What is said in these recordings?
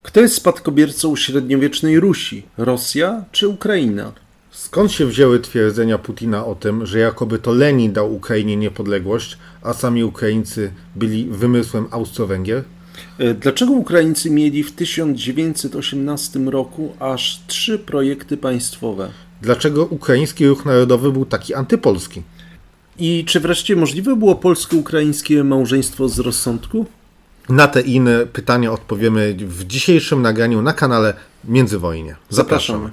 Kto jest spadkobiercą średniowiecznej Rusi? Rosja czy Ukraina? Skąd się wzięły twierdzenia Putina o tym, że jakoby to Lenin dał Ukrainie niepodległość, a sami Ukraińcy byli wymysłem Austro-Węgier? Dlaczego Ukraińcy mieli w 1918 roku aż 3 projekty państwowe? Dlaczego ukraiński ruch narodowy był taki antypolski? I czy wreszcie możliwe było polsko-ukraińskie małżeństwo z rozsądku? Na te i inne pytania odpowiemy w dzisiejszym nagraniu na kanale Międzywojnie. Zapraszamy.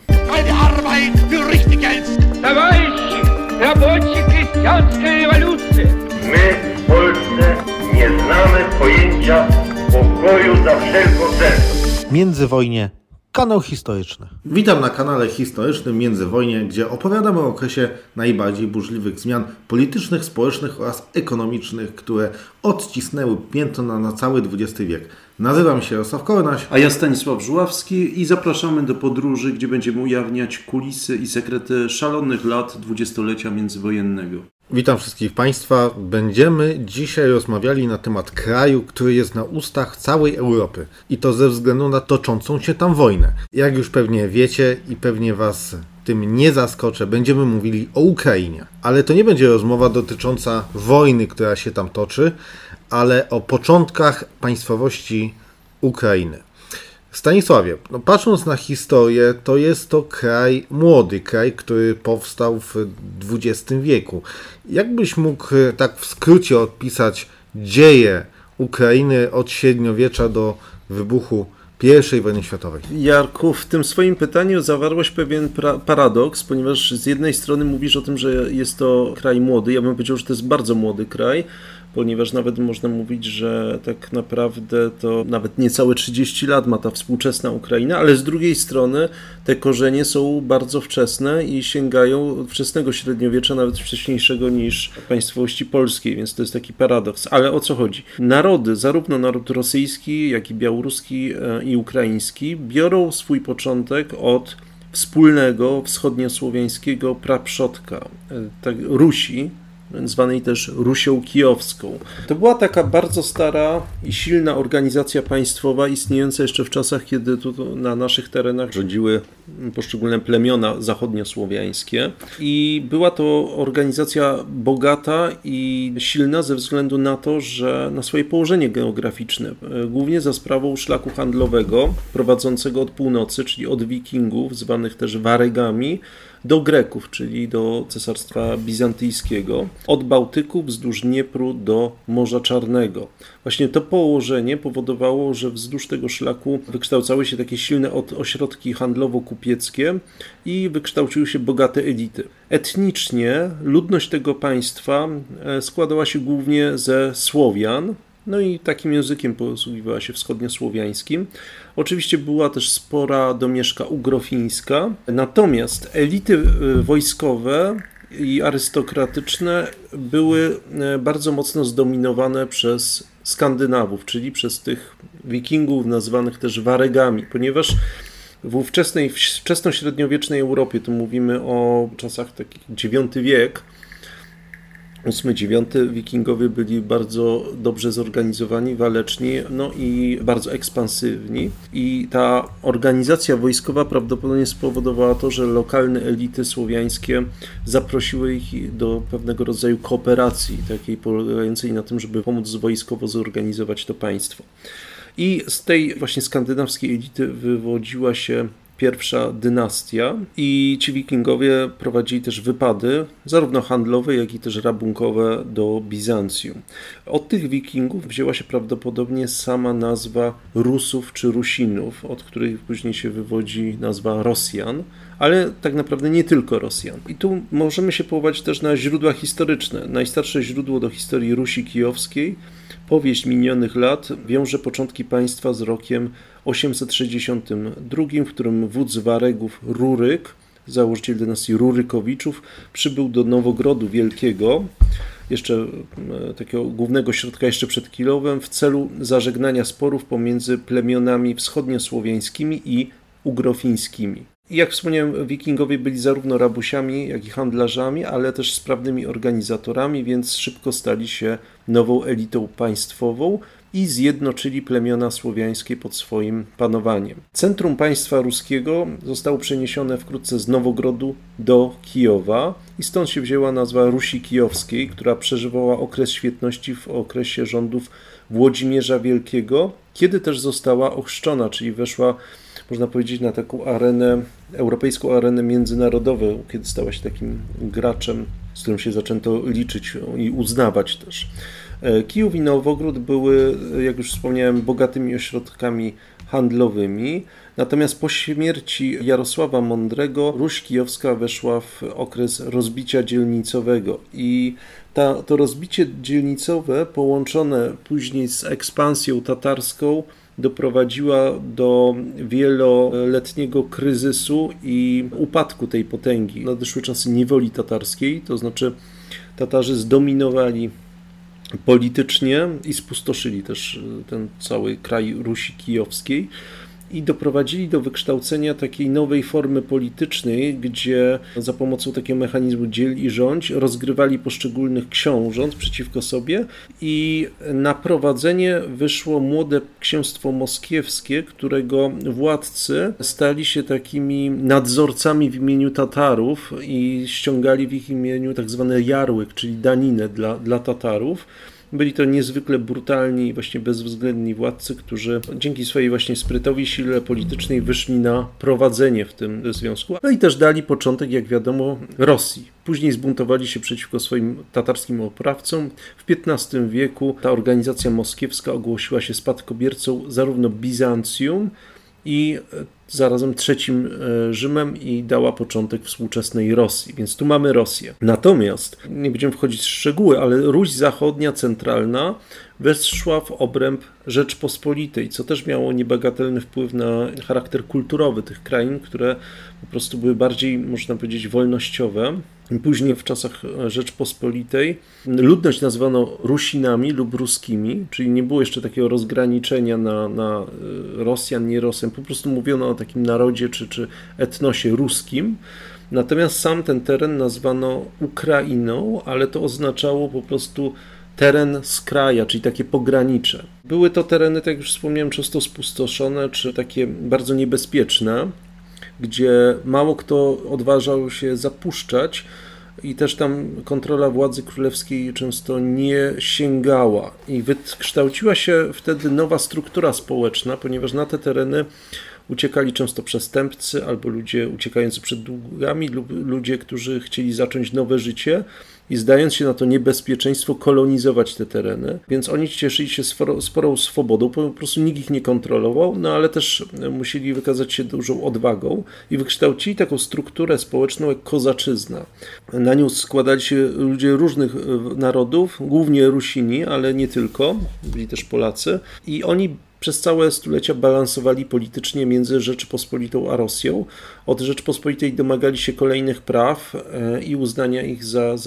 My w Polsce nie znamy pojęcia pokoju za wszelką cenę. Międzywojnie, kanał historyczny. Witam na kanale historycznym Międzywojnie, gdzie opowiadamy o okresie najbardziej burzliwych zmian politycznych, społecznych oraz ekonomicznych, które odcisnęły piętno na cały XX wiek. Nazywam się Jarosław Korynaś. A ja Stanisław Żuławski i zapraszamy do podróży, gdzie będziemy ujawniać kulisy i sekrety szalonych lat dwudziestolecia międzywojennego. Witam wszystkich Państwa. Będziemy dzisiaj rozmawiali na temat kraju, który jest na ustach całej Europy. I to ze względu na toczącą się tam wojnę. Jak już pewnie wiecie i pewnie Was tym nie zaskoczę, będziemy mówili o Ukrainie. Ale to nie będzie rozmowa dotycząca wojny, która się tam toczy, ale o początkach państwowości Ukrainy. Stanisławie, patrząc na historię, to jest to kraj młody, kraj, który powstał w XX wieku. Jakbyś mógł tak w skrócie opisać dzieje Ukrainy od średniowiecza do wybuchu I wojny światowej? Jarku, w tym swoim pytaniu zawarłeś pewien paradoks, ponieważ z jednej strony mówisz o tym, że jest to kraj młody. Ja bym powiedział, że to jest bardzo młody kraj, ponieważ nawet można mówić, że tak naprawdę to nawet niecałe 30 lat ma ta współczesna Ukraina, ale z drugiej strony te korzenie są bardzo wczesne i sięgają wczesnego średniowiecza, nawet wcześniejszego niż państwowości polskiej, więc to jest taki paradoks. Ale o co chodzi? Narody, zarówno naród rosyjski, jak i białoruski i ukraiński, biorą swój początek od wspólnego wschodniosłowiańskiego praprzodka, tak, Rusi, zwanej też Rusią Kijowską. To była taka bardzo stara i silna organizacja państwowa, istniejąca jeszcze w czasach, kiedy tu na naszych terenach rządziły poszczególne plemiona zachodniosłowiańskie. I była to organizacja bogata i silna ze względu na to, że na swoje położenie geograficzne, głównie za sprawą szlaku handlowego prowadzącego od północy, czyli od Wikingów, zwanych też Waregami, do Greków, czyli do Cesarstwa Bizantyjskiego, od Bałtyku wzdłuż Dniepru do Morza Czarnego. Właśnie to położenie powodowało, że wzdłuż tego szlaku wykształcały się takie silne ośrodki handlowo-kupieckie i wykształciły się bogate elity. Etnicznie ludność tego państwa składała się głównie ze Słowian, no i takim językiem posługiwała się wschodniosłowiańskim. Oczywiście była też spora domieszka ugrofińska, natomiast elity wojskowe i arystokratyczne były bardzo mocno zdominowane przez Skandynawów, czyli przez tych Wikingów nazywanych też Waregami, ponieważ w ówczesnej, wczesnośredniowiecznej Europie, tu mówimy o czasach takich IX wiek, VIII-IX Wikingowie byli bardzo dobrze zorganizowani, waleczni, no i bardzo ekspansywni. I ta organizacja wojskowa prawdopodobnie spowodowała to, że lokalne elity słowiańskie zaprosiły ich do pewnego rodzaju kooperacji, takiej polegającej na tym, żeby pomóc wojskowo zorganizować to państwo. I z tej właśnie skandynawskiej elity wywodziła się pierwsza dynastia i ci Wikingowie prowadzili też wypady, zarówno handlowe, jak i też rabunkowe do Bizancjum. Od tych Wikingów wzięła się prawdopodobnie sama nazwa Rusów czy Rusinów, od których później się wywodzi nazwa Rosjan, ale tak naprawdę nie tylko Rosjan. I tu możemy się powołać też na źródła historyczne. Najstarsze źródło do historii Rusi Kijowskiej, powieść minionych lat, wiąże początki państwa z rokiem 862, w którym wódz Waregów Ruryk, założyciel dynastii Rurykowiczów, przybył do Nowogrodu Wielkiego, jeszcze takiego głównego środka jeszcze przed Kijowem, w celu zażegnania sporów pomiędzy plemionami wschodniosłowiańskimi i ugrofińskimi. I jak wspomniałem, Wikingowie byli zarówno rabusiami, jak i handlarzami, ale też sprawnymi organizatorami, więc szybko stali się nową elitą państwową, i zjednoczyli plemiona słowiańskie pod swoim panowaniem. Centrum państwa ruskiego zostało przeniesione wkrótce z Nowogrodu do Kijowa i stąd się wzięła nazwa Rusi Kijowskiej, która przeżywała okres świetności w okresie rządów Włodzimierza Wielkiego, kiedy też została ochrzczona, czyli weszła, można powiedzieć, na taką arenę, europejską arenę międzynarodową, kiedy stała się takim graczem, z którym się zaczęto liczyć i uznawać też. Kijów i Nowogród były, jak już wspomniałem, bogatymi ośrodkami handlowymi, natomiast po śmierci Jarosława Mądrego Ruś Kijowska weszła w okres rozbicia dzielnicowego i to rozbicie dzielnicowe połączone później z ekspansją tatarską doprowadziła do wieloletniego kryzysu i upadku tej potęgi. Nadeszły czasy niewoli tatarskiej, to znaczy Tatarzy zdominowali politycznie i spustoszyli też ten cały kraj Rusi Kijowskiej i doprowadzili do wykształcenia takiej nowej formy politycznej, gdzie za pomocą takiego mechanizmu dziel i rządź rozgrywali poszczególnych książąt przeciwko sobie i na prowadzenie wyszło młode księstwo moskiewskie, którego władcy stali się takimi nadzorcami w imieniu Tatarów i ściągali w ich imieniu tak zwane jarłyk, czyli daninę dla Tatarów. Byli to niezwykle brutalni i właśnie bezwzględni władcy, którzy dzięki swojej właśnie sprytowi, sile politycznej wyszli na prowadzenie w tym związku. No i też dali początek, jak wiadomo, Rosji. Później zbuntowali się przeciwko swoim tatarskim oprawcom. W XV wieku ta organizacja moskiewska ogłosiła się spadkobiercą zarówno Bizancjum i zarazem III Rzymem i dała początek współczesnej Rosji. Więc tu mamy Rosję. Natomiast, nie będziemy wchodzić w szczegóły, ale Ruś Zachodnia, centralna weszła w obręb Rzeczpospolitej, co też miało niebagatelny wpływ na charakter kulturowy tych krain, które po prostu były bardziej, można powiedzieć, wolnościowe. Później w czasach Rzeczpospolitej ludność nazwano Rusinami lub Ruskimi, czyli nie było jeszcze takiego rozgraniczenia na Rosjan, nie Rosjan. Po prostu mówiono o takim narodzie czy etnosie ruskim. Natomiast sam ten teren nazwano Ukrainą, ale to oznaczało po prostu teren z kraja, czyli takie pogranicze. Były to tereny, tak jak już wspomniałem, często spustoszone, czy takie bardzo niebezpieczne, gdzie mało kto odważał się zapuszczać i też tam kontrola władzy królewskiej często nie sięgała. I wykształciła się wtedy nowa struktura społeczna, ponieważ na te tereny uciekali często przestępcy albo ludzie uciekający przed długami lub ludzie, którzy chcieli zacząć nowe życie i zdając się na to niebezpieczeństwo kolonizować te tereny. Więc oni cieszyli się sporą swobodą, po prostu nikt ich nie kontrolował, no ale też musieli wykazać się dużą odwagą i wykształcili taką strukturę społeczną jak kozaczyzna. Na nią składali się ludzie różnych narodów, głównie Rusini, ale nie tylko, byli też Polacy i oni przez całe stulecia balansowali politycznie między Rzeczypospolitą a Rosją. Od Rzeczypospolitej domagali się kolejnych praw i uznania ich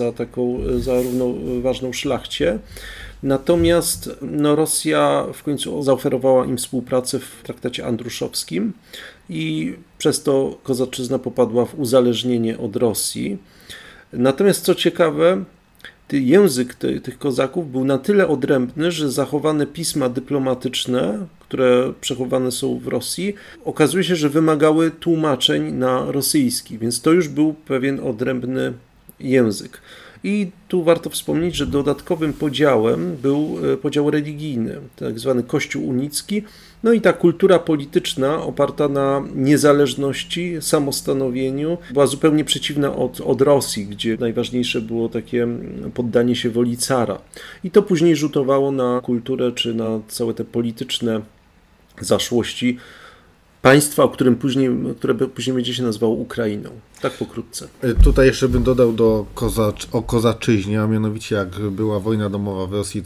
za równoważną szlachcie. Natomiast Rosja w końcu zaoferowała im współpracę w traktacie andruszowskim i przez to kozaczyzna popadła w uzależnienie od Rosji. Natomiast co ciekawe, język tych kozaków był na tyle odrębny, że zachowane pisma dyplomatyczne, które przechowane są w Rosji, okazuje się, że wymagały tłumaczeń na rosyjski, więc to już był pewien odrębny język. I tu warto wspomnieć, że dodatkowym podziałem był podział religijny, tak zwany Kościół unicki, no i ta kultura polityczna oparta na niezależności, samostanowieniu była zupełnie przeciwna od Rosji, gdzie najważniejsze było takie poddanie się woli cara. I to później rzutowało na kulturę czy na całe te polityczne zaszłości państwa, które później będzie się nazywało Ukrainą. Tak pokrótce. Tutaj jeszcze bym dodał o kozaczyźnie, a mianowicie jak była wojna domowa w Rosji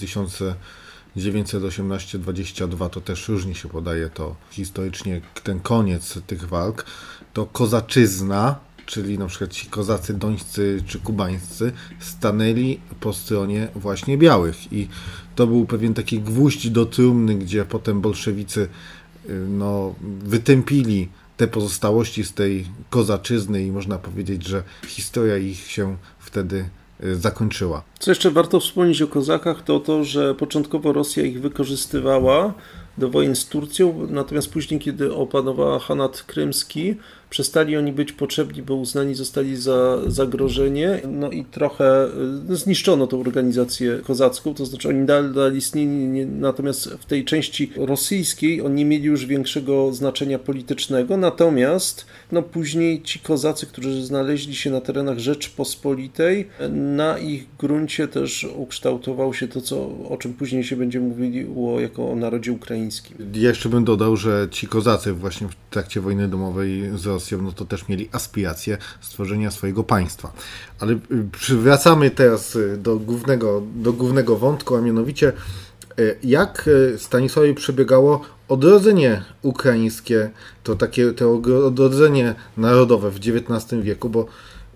1918-22, to też różnie się podaje to historycznie, ten koniec tych walk, to kozaczyzna, czyli na przykład ci kozacy dońscy czy kubańscy, stanęli po stronie właśnie białych i to był pewien taki gwóźdź do trumny, gdzie potem bolszewicy wytępili te pozostałości z tej kozaczyzny i można powiedzieć, że historia ich się wtedy zakończyła. Co jeszcze warto wspomnieć o kozakach, to to, że początkowo Rosja ich wykorzystywała do wojen z Turcją, natomiast później, kiedy opanowała Hanat Krymski, przestali oni być potrzebni, bo uznani zostali za zagrożenie, no i trochę zniszczono tą organizację kozacką, to znaczy oni dalej istnieli, natomiast w tej części rosyjskiej oni nie mieli już większego znaczenia politycznego, natomiast później ci kozacy, którzy znaleźli się na terenach Rzeczpospolitej, na ich gruncie też ukształtowało się to, o czym później się będzie mówiło jako o narodzie ukraińskim. Ja jeszcze bym dodał, że ci kozacy właśnie w trakcie wojny domowej z Rosją, no to też mieli aspiracje stworzenia swojego państwa. Ale przywracamy teraz do głównego wątku, a mianowicie jak Stanisławowi przebiegało odrodzenie ukraińskie, to odrodzenie narodowe w XIX wieku, bo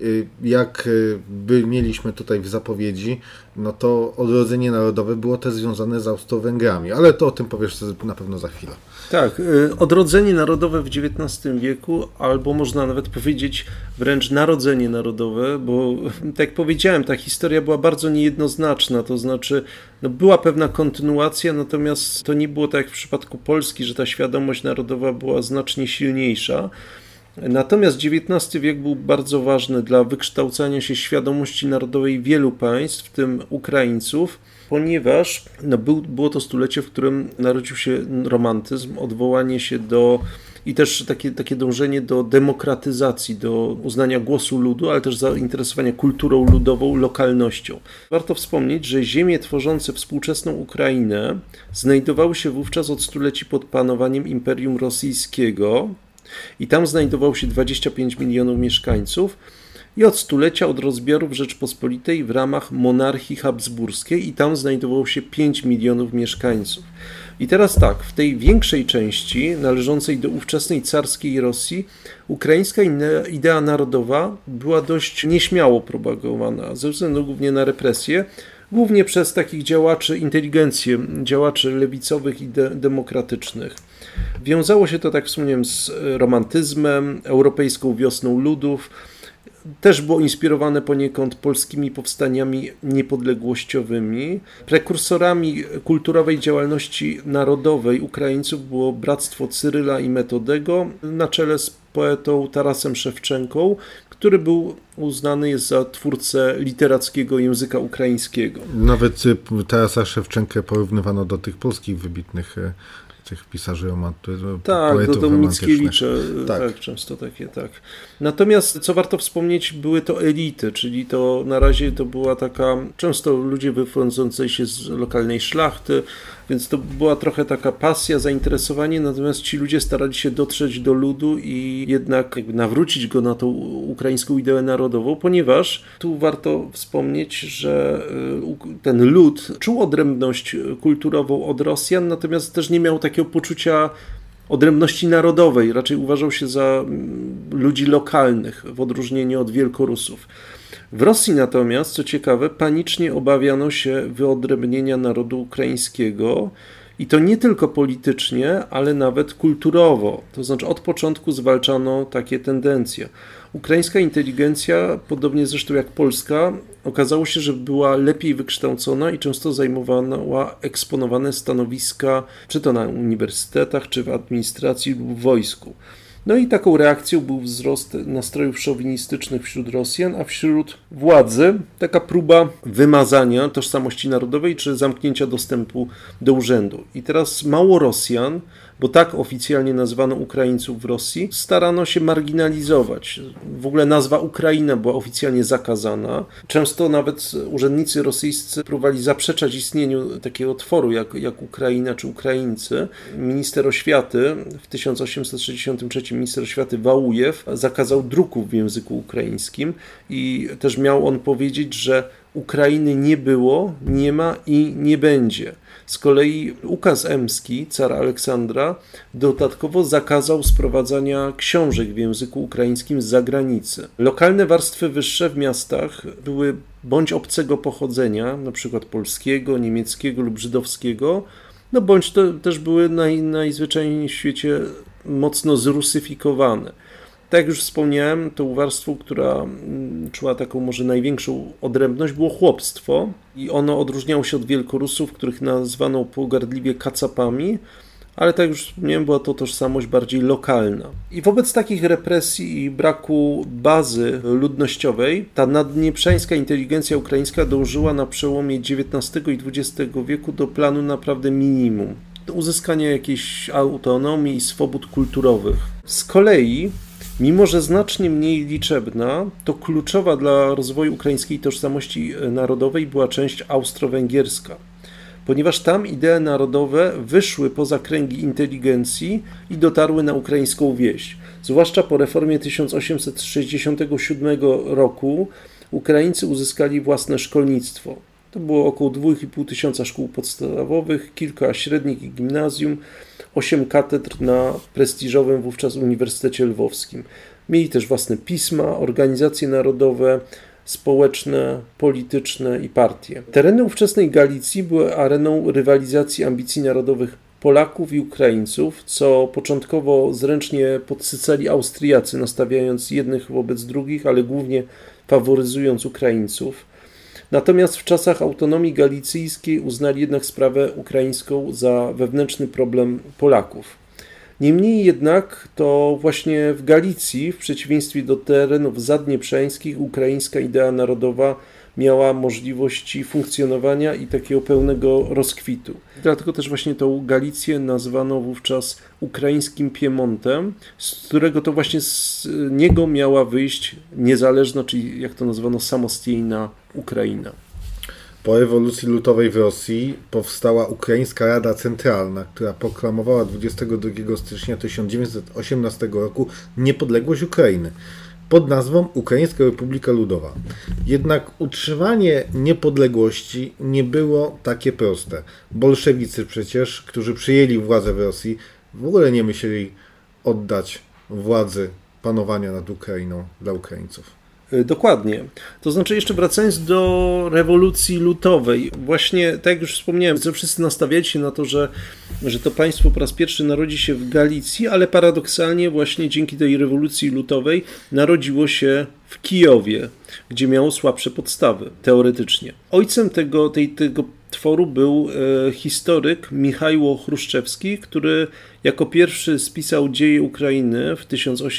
jak mieliśmy tutaj w zapowiedzi, no to odrodzenie narodowe było też związane z Austro-Węgrami, ale to o tym powiesz na pewno za chwilę. Tak, odrodzenie narodowe w XIX wieku, albo można nawet powiedzieć wręcz narodzenie narodowe, bo tak jak powiedziałem, ta historia była bardzo niejednoznaczna, to znaczy była pewna kontynuacja, natomiast to nie było tak jak w przypadku Polski, że ta świadomość narodowa była znacznie silniejsza. Natomiast XIX wiek był bardzo ważny dla wykształcania się świadomości narodowej wielu państw, w tym Ukraińców, ponieważ było to stulecie, w którym narodził się romantyzm, odwołanie się do i też takie dążenie do demokratyzacji, do uznania głosu ludu, ale też zainteresowania kulturą ludową, lokalnością. Warto wspomnieć, że ziemie tworzące współczesną Ukrainę znajdowały się wówczas od stuleci pod panowaniem Imperium Rosyjskiego i tam znajdowało się 25 milionów mieszkańców i od stulecia od rozbiorów Rzeczpospolitej w ramach monarchii habsburskiej i tam znajdowało się 5 milionów mieszkańców. I teraz tak, w tej większej części należącej do ówczesnej carskiej Rosji ukraińska idea narodowa była dość nieśmiało propagowana ze względu głównie na represje, głównie przez takich działaczy inteligencję, działaczy lewicowych i demokratycznych. Wiązało się to, tak wspomniałem, z romantyzmem, europejską wiosną ludów. Też było inspirowane poniekąd polskimi powstaniami niepodległościowymi. Prekursorami kulturowej działalności narodowej Ukraińców było Bractwo Cyryla i Metodego na czele z poetą Tarasem Szewczenką, który był uznany jest za twórcę literackiego języka ukraińskiego. Nawet Tarasa Szewczenkę porównywano do tych polskich wybitnych tych pisarzy poetów do Mickiewicza, tak, często takie, tak. Natomiast, co warto wspomnieć, były to elity, czyli to na razie to była taka, często ludzie wywodzący się z lokalnej szlachty, więc to była trochę taka pasja, zainteresowanie, natomiast ci ludzie starali się dotrzeć do ludu i jednak jakby nawrócić go na tą ukraińską ideę narodową, ponieważ tu warto wspomnieć, że ten lud czuł odrębność kulturową od Rosjan, natomiast też nie miał takiego poczucia odrębności narodowej, raczej uważał się za ludzi lokalnych w odróżnieniu od Wielkorusów. W Rosji natomiast, co ciekawe, panicznie obawiano się wyodrębnienia narodu ukraińskiego i to nie tylko politycznie, ale nawet kulturowo. To znaczy od początku zwalczano takie tendencje. Ukraińska inteligencja, podobnie zresztą jak polska, okazało się, że była lepiej wykształcona i często zajmowała eksponowane stanowiska, czy to na uniwersytetach, czy w administracji lub w wojsku. No i taką reakcją był wzrost nastrojów szowinistycznych wśród Rosjan, a wśród władzy taka próba wymazania tożsamości narodowej czy zamknięcia dostępu do urzędu. I teraz mało Rosjan, bo tak oficjalnie nazwano Ukraińców w Rosji, starano się marginalizować. W ogóle nazwa Ukraina była oficjalnie zakazana. Często nawet urzędnicy rosyjscy próbowali zaprzeczać istnieniu takiego tworu jak Ukraina czy Ukraińcy. Minister oświaty w 1863 minister oświaty Wałujew zakazał druków w języku ukraińskim i też miał on powiedzieć, że Ukrainy nie było, nie ma i nie będzie. Z kolei ukaz emski cara Aleksandra dodatkowo zakazał sprowadzania książek w języku ukraińskim z zagranicy. Lokalne warstwy wyższe w miastach były bądź obcego pochodzenia, np. polskiego, niemieckiego lub żydowskiego, bądź to też były najzwyczajniej w świecie mocno zrusyfikowane. Tak jak już wspomniałem, tą warstwą, która czuła taką może największą odrębność, było chłopstwo i ono odróżniało się od Wielkorusów, których nazwano pogardliwie kacapami, ale tak jak już wspomniałem, była to tożsamość bardziej lokalna. I wobec takich represji i braku bazy ludnościowej, ta naddnieprzańska inteligencja ukraińska dążyła na przełomie XIX i XX wieku do planu naprawdę minimum. Do uzyskania jakiejś autonomii i swobód kulturowych. Z kolei, mimo że znacznie mniej liczebna, to kluczowa dla rozwoju ukraińskiej tożsamości narodowej była część austro-węgierska, ponieważ tam idee narodowe wyszły poza kręgi inteligencji i dotarły na ukraińską wieś. Zwłaszcza po reformie 1867 roku Ukraińcy uzyskali własne szkolnictwo. To było około 2500 szkół podstawowych, kilka średnich i gimnazjum, 8 katedr na prestiżowym wówczas Uniwersytecie Lwowskim. Mieli też własne pisma, organizacje narodowe, społeczne, polityczne i partie. Tereny ówczesnej Galicji były areną rywalizacji ambicji narodowych Polaków i Ukraińców, co początkowo zręcznie podsycali Austriacy, nastawiając jednych wobec drugich, ale głównie faworyzując Ukraińców. Natomiast w czasach autonomii galicyjskiej uznali jednak sprawę ukraińską za wewnętrzny problem Polaków. Niemniej jednak to właśnie w Galicji, w przeciwieństwie do terenów zadnieprzańskich, ukraińska idea narodowa miała możliwości funkcjonowania i takiego pełnego rozkwitu. Dlatego też właśnie tą Galicję nazwano wówczas ukraińskim Piemontem, z którego to właśnie z niego miała wyjść niezależna, czyli jak to nazwano, samostiejna Ukraina. Po rewolucji lutowej w Rosji powstała Ukraińska Rada Centralna, która proklamowała 22 stycznia 1918 roku niepodległość Ukrainy pod nazwą Ukraińska Republika Ludowa. Jednak utrzymanie niepodległości nie było takie proste. Bolszewicy przecież, którzy przyjęli władzę w Rosji, w ogóle nie myśleli oddać władzy panowania nad Ukrainą dla Ukraińców. Dokładnie. To znaczy, jeszcze wracając do rewolucji lutowej, właśnie tak jak już wspomniałem, że wszyscy nastawiali się na to, że to państwo po raz pierwszy narodzi się w Galicji, ale paradoksalnie właśnie dzięki tej rewolucji lutowej narodziło się w Kijowie, gdzie miało słabsze podstawy, teoretycznie. Ojcem tego tworu był historyk Michajło Chruszczewski, który jako pierwszy spisał dzieje Ukrainy w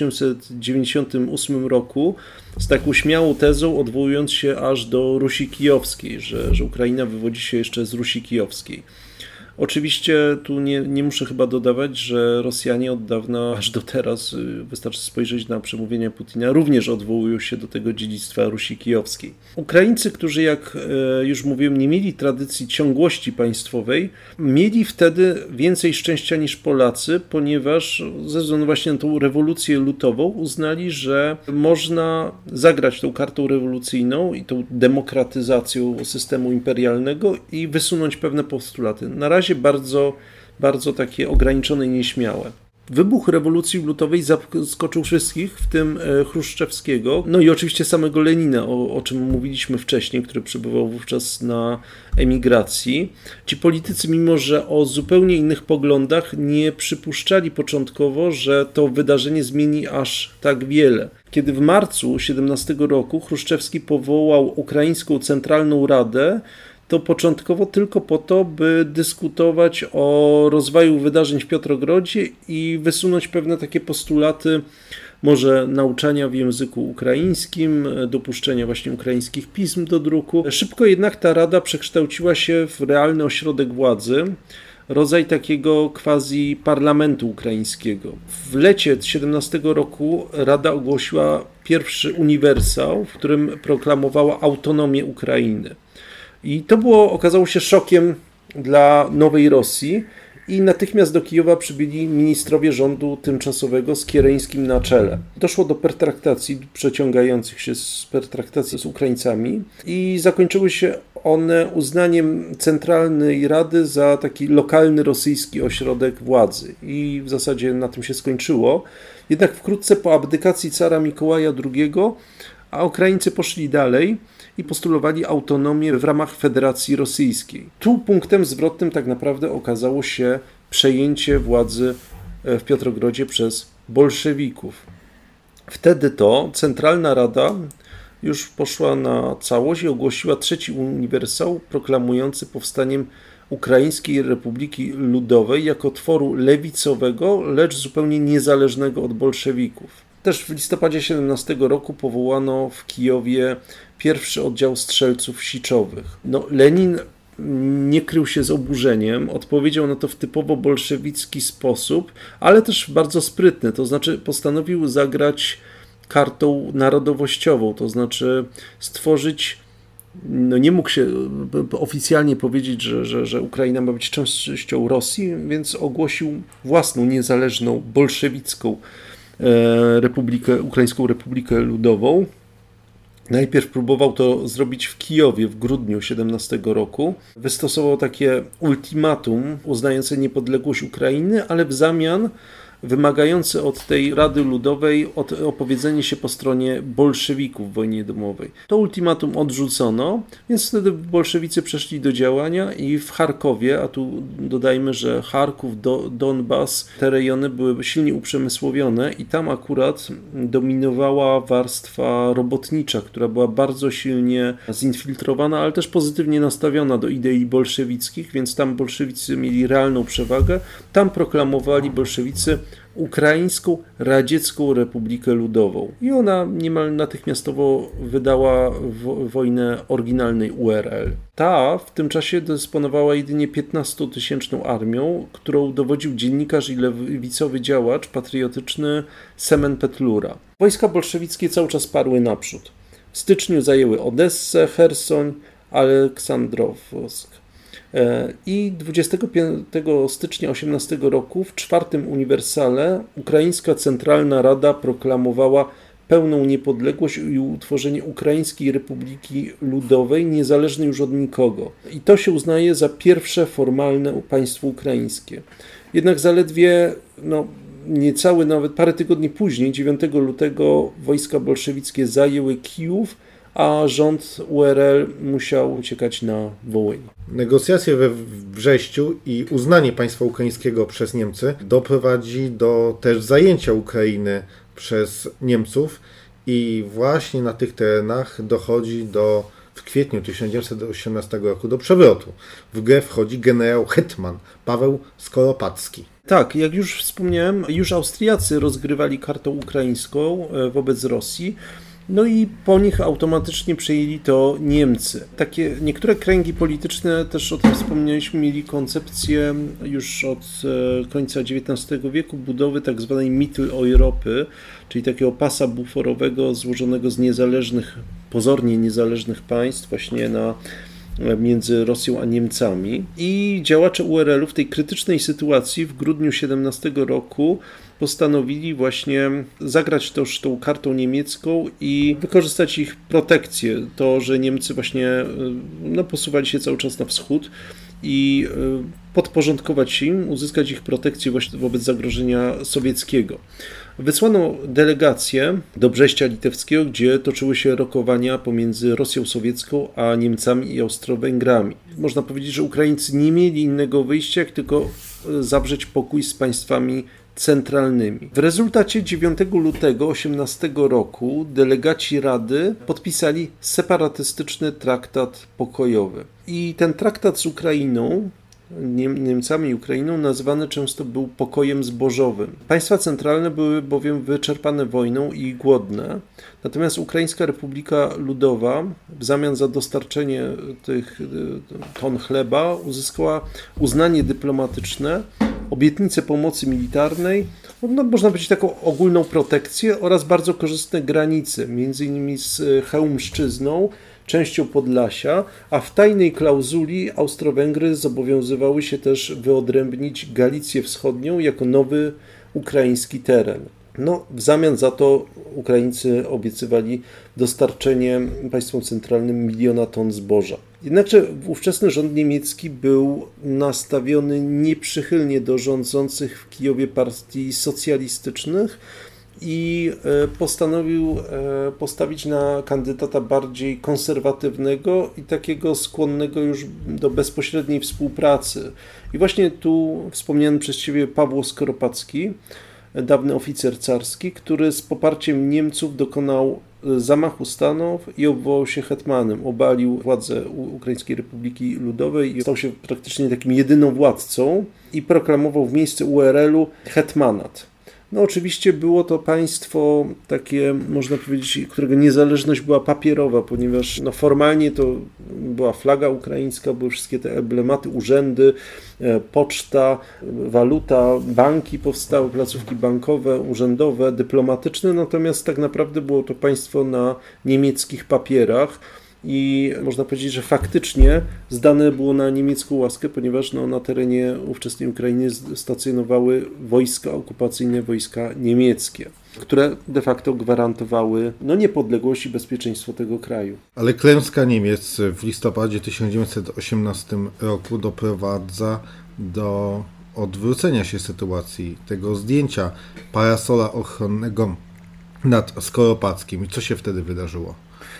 1898 roku z taką śmiałą tezą, odwołując się aż do Rusi Kijowskiej, że Ukraina wywodzi się jeszcze z Rusi Kijowskiej. Oczywiście tu nie muszę chyba dodawać, że Rosjanie od dawna, aż do teraz, wystarczy spojrzeć na przemówienia Putina, również odwołują się do tego dziedzictwa Rusi Kijowskiej. Ukraińcy, którzy jak już mówiłem, nie mieli tradycji ciągłości państwowej, mieli wtedy więcej szczęścia niż Polacy, ponieważ ze względu właśnie na tą rewolucję lutową uznali, że można zagrać tą kartą rewolucyjną i tą demokratyzacją systemu imperialnego i wysunąć pewne postulaty. Na razie bardzo, bardzo takie ograniczone i nieśmiałe. Wybuch rewolucji lutowej zaskoczył wszystkich, w tym Chruszczewskiego, no i oczywiście samego Lenina, o czym mówiliśmy wcześniej, który przebywał wówczas na emigracji. Ci politycy, mimo że o zupełnie innych poglądach, nie przypuszczali początkowo, że to wydarzenie zmieni aż tak wiele. Kiedy w marcu 17 roku Chruszczewski powołał Ukraińską Centralną Radę, to początkowo tylko po to, by dyskutować o rozwoju wydarzeń w Piotrogrodzie i wysunąć pewne takie postulaty, może nauczania w języku ukraińskim, dopuszczenia właśnie ukraińskich pism do druku. Szybko jednak ta rada przekształciła się w realny ośrodek władzy, rodzaj takiego quasi parlamentu ukraińskiego. W lecie 17 roku Rada ogłosiła pierwszy uniwersał, w którym proklamowała autonomię Ukrainy. I to okazało się szokiem dla nowej Rosji i natychmiast do Kijowa przybyli ministrowie rządu tymczasowego z Kiereńskim na czele. Doszło do pertraktacji, przeciągających się pertraktacji z Ukraińcami i zakończyły się one uznaniem Centralnej Rady za taki lokalny rosyjski ośrodek władzy. I w zasadzie na tym się skończyło. Jednak wkrótce po abdykacji cara Mikołaja II, a Ukraińcy poszli dalej i postulowali autonomię w ramach Federacji Rosyjskiej. Tu punktem zwrotnym tak naprawdę okazało się przejęcie władzy w Piotrogrodzie przez bolszewików. Wtedy to Centralna Rada już poszła na całość i ogłosiła trzeci uniwersał proklamujący powstaniem Ukraińskiej Republiki Ludowej jako tworu lewicowego, lecz zupełnie niezależnego od bolszewików. Też w listopadzie 17 roku powołano w Kijowie pierwszy oddział strzelców siczowych. Lenin nie krył się z oburzeniem, odpowiedział na to w typowo bolszewicki sposób, ale też bardzo sprytny, to znaczy postanowił zagrać kartą narodowościową, to znaczy stworzyć, nie mógł się oficjalnie powiedzieć, że Ukraina ma być częścią Rosji, więc ogłosił własną, niezależną, bolszewicką Ukraińską Republikę Ludową. Najpierw próbował to zrobić w Kijowie w grudniu 17 roku. Wystosował takie ultimatum uznające niepodległość Ukrainy, ale w zamian wymagające od tej Rady Ludowej opowiedzenie się po stronie bolszewików w wojnie domowej. To ultimatum odrzucono, więc wtedy bolszewicy przeszli do działania i w Charkowie, a tu dodajmy, że Charków, Donbas, te rejony były silnie uprzemysłowione i tam akurat dominowała warstwa robotnicza, która była bardzo silnie zinfiltrowana, ale też pozytywnie nastawiona do idei bolszewickich, więc tam bolszewicy mieli realną przewagę. Tam proklamowali bolszewicy Ukraińską Radziecką Republikę Ludową. I ona niemal natychmiastowo wydała wojnę oryginalnej URL. Ta w tym czasie dysponowała jedynie 15-tysięczną armią, którą dowodził dziennikarz i lewicowy działacz patriotyczny Semen Petlura. Wojska bolszewickie cały czas parły naprzód. W styczniu zajęły Odessę, Cherson, Aleksandrowsk. I 25 stycznia 18 roku w czwartym uniwersale Ukraińska Centralna Rada proklamowała pełną niepodległość i utworzenie Ukraińskiej Republiki Ludowej, niezależnej już od nikogo. I to się uznaje za pierwsze formalne państwo ukraińskie. Jednak zaledwie niecałe, nawet parę tygodni później, 9 lutego wojska bolszewickie zajęły Kijów, a rząd URL musiał uciekać na Wołyń. Negocjacje we Wrześciu i uznanie państwa ukraińskiego przez Niemcy doprowadzi do też zajęcia Ukrainy przez Niemców i właśnie na tych terenach dochodzi w kwietniu 1918 roku do przewrotu. W grę wchodzi generał hetman Paweł Skoropadzki. Tak, jak już wspomniałem, już Austriacy rozgrywali kartą ukraińską wobec Rosji. I po nich automatycznie przejęli to Niemcy. Niektóre kręgi polityczne, też o tym wspomnieliśmy, mieli koncepcję już od końca XIX wieku budowy tak zwanej Mitteleuropy, czyli takiego pasa buforowego złożonego z pozornie niezależnych państw właśnie między Rosją a Niemcami. I działacze URL-u w tej krytycznej sytuacji w grudniu 17 roku postanowili właśnie zagrać też tą kartą niemiecką i wykorzystać ich protekcję. To, że Niemcy właśnie posuwali się cały czas na wschód i podporządkować się im, uzyskać ich protekcję właśnie wobec zagrożenia sowieckiego. Wysłano delegację do Brześcia Litewskiego, gdzie toczyły się rokowania pomiędzy Rosją sowiecką a Niemcami i Austro-Węgrami. Można powiedzieć, że Ukraińcy nie mieli innego wyjścia, jak tylko zawrzeć pokój z państwami centralnymi. W rezultacie 9 lutego 18 roku delegaci Rady podpisali separatystyczny traktat pokojowy. I ten traktat z Ukrainą, Niemcami i Ukrainą, nazywany często był pokojem zbożowym. Państwa centralne były bowiem wyczerpane wojną i głodne, natomiast Ukraińska Republika Ludowa w zamian za dostarczenie tych ton chleba uzyskała uznanie dyplomatyczne, obietnicę pomocy militarnej, można powiedzieć taką ogólną protekcję oraz bardzo korzystne granice, m.in. z Chełmszczyzną, częścią Podlasia, a w tajnej klauzuli Austro-Węgry zobowiązywały się też wyodrębnić Galicję Wschodnią jako nowy ukraiński teren. W zamian za to Ukraińcy obiecywali dostarczenie państwom centralnym 1 000 000 ton zboża. Jednakże ówczesny rząd niemiecki był nastawiony nieprzychylnie do rządzących w Kijowie partii socjalistycznych i postanowił postawić na kandydata bardziej konserwatywnego i takiego skłonnego już do bezpośredniej współpracy. I właśnie tu wspomniany przez Ciebie Pawło Skoropadzki dawny oficer carski, który z poparciem Niemców dokonał zamachu stanów i obwołał się hetmanem. Obalił władzę Ukraińskiej Republiki Ludowej i stał się praktycznie takim jedynowładcą i proklamował w miejsce URL-u hetmanat. No oczywiście było to państwo takie, można powiedzieć, którego niezależność była papierowa, ponieważ formalnie to była flaga ukraińska, były wszystkie te emblematy, urzędy, poczta, waluta, banki powstały, placówki bankowe, urzędowe, dyplomatyczne, natomiast tak naprawdę było to państwo na niemieckich papierach. I można powiedzieć, że faktycznie zdane było na niemiecką łaskę, ponieważ na terenie ówczesnej Ukrainy stacjonowały wojska okupacyjne, wojska niemieckie, które de facto gwarantowały niepodległość i bezpieczeństwo tego kraju. Ale klęska Niemiec w listopadzie 1918 roku doprowadza do odwrócenia się sytuacji, tego zdjęcia parasola ochronnego nad Skoropadzkim. I co się wtedy wydarzyło?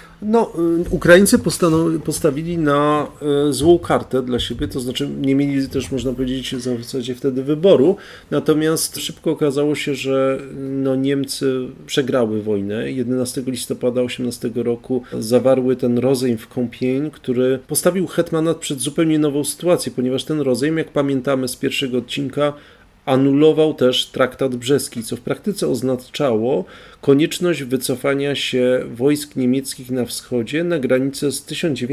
Ukraińcy postawili na złą kartę dla siebie, to znaczy nie mieli też, można powiedzieć, w zasadzie wtedy wyboru, natomiast szybko okazało się, że Niemcy przegrały wojnę. 11 listopada 1918 roku zawarły ten rozejm w Kąpień, który postawił hetmanat przed zupełnie nową sytuację, ponieważ ten rozejm, jak pamiętamy z pierwszego odcinka, anulował też traktat brzeski, co w praktyce oznaczało konieczność wycofania się wojsk niemieckich na wschodzie na granicę z